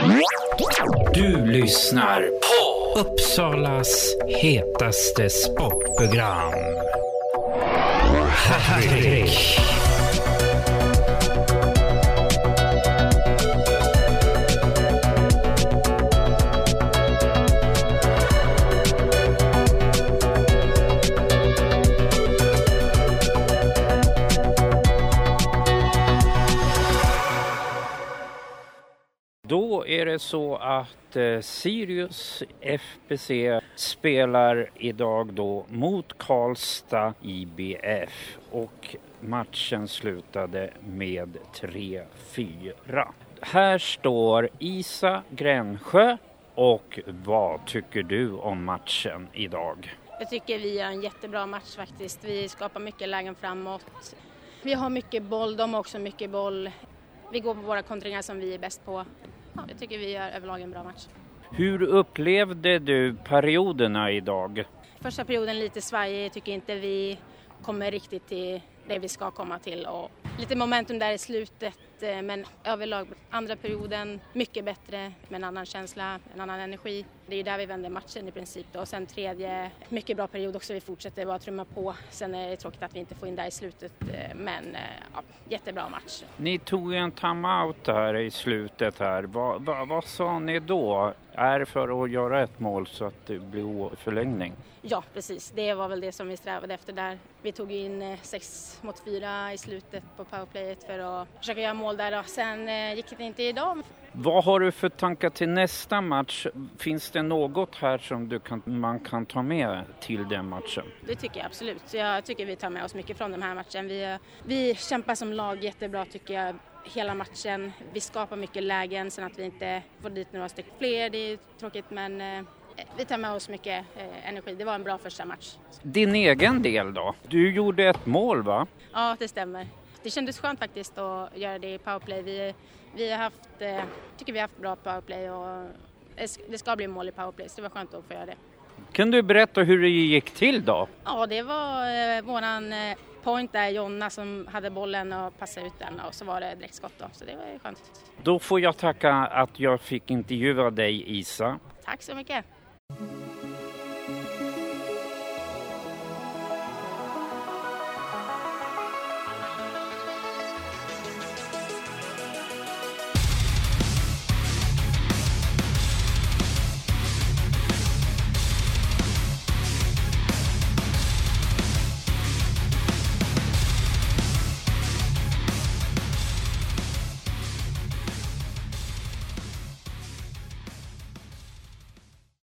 Du lyssnar på Uppsalas hetaste sportprogram. Hattrick. Då är det så att Sirius FBC spelar idag då mot Karlstad IBF och matchen slutade med 3-4. Här står Isa Gränsjö, och vad tycker du om matchen idag? Jag tycker vi gör en jättebra match faktiskt. Vi skapar mycket lägen framåt. Vi har mycket boll, de har också mycket boll. Vi går på våra kontringar som vi är bäst på. Ja, jag tycker vi gör överlag en bra match. Hur upplevde du perioderna idag? Första perioden lite svajig, jag tycker inte vi kommer riktigt till det vi ska komma till. Och lite momentum där i slutet, men överlag andra perioden mycket bättre med en annan känsla, en annan energi. Det är där vi vänder matchen i princip då. Och sen tredje, mycket bra period också, vi fortsätter bara trumma på. Sen är det tråkigt att vi inte får in där i slutet, men ja, jättebra match. Ni tog en timeout här i slutet här. Vad sa ni då? Är det för att göra ett mål så att det blir förlängning? Ja, precis. Det var väl det som vi strävade efter där. Vi tog in 6-4 i slutet på powerplayet för att försöka göra mål där. Sen gick det inte idag. Vad har du för tankar till nästa match? Finns det något här som man kan ta med till den matchen? Det tycker jag absolut. Jag tycker vi tar med oss mycket från den här matchen. Vi kämpar som lag jättebra tycker jag. Hela matchen. Vi skapar mycket lägen, sen att vi inte får dit några stycken fler. Det är tråkigt, men vi tar med oss mycket energi. Det var en bra första match. Din egen del då? Du gjorde ett mål, va? Ja, det stämmer. Det kändes skönt faktiskt att göra det i powerplay. Vi har haft bra powerplay och det ska bli mål i powerplay, så det var skönt att få göra det. Kan du berätta hur det gick till då? Ja, det var våran point där, Jonna, som hade bollen och passade ut den, och så var det direktskott då, så det var skönt. Då får jag tacka att jag fick intervjua dig, Isa. Tack så mycket.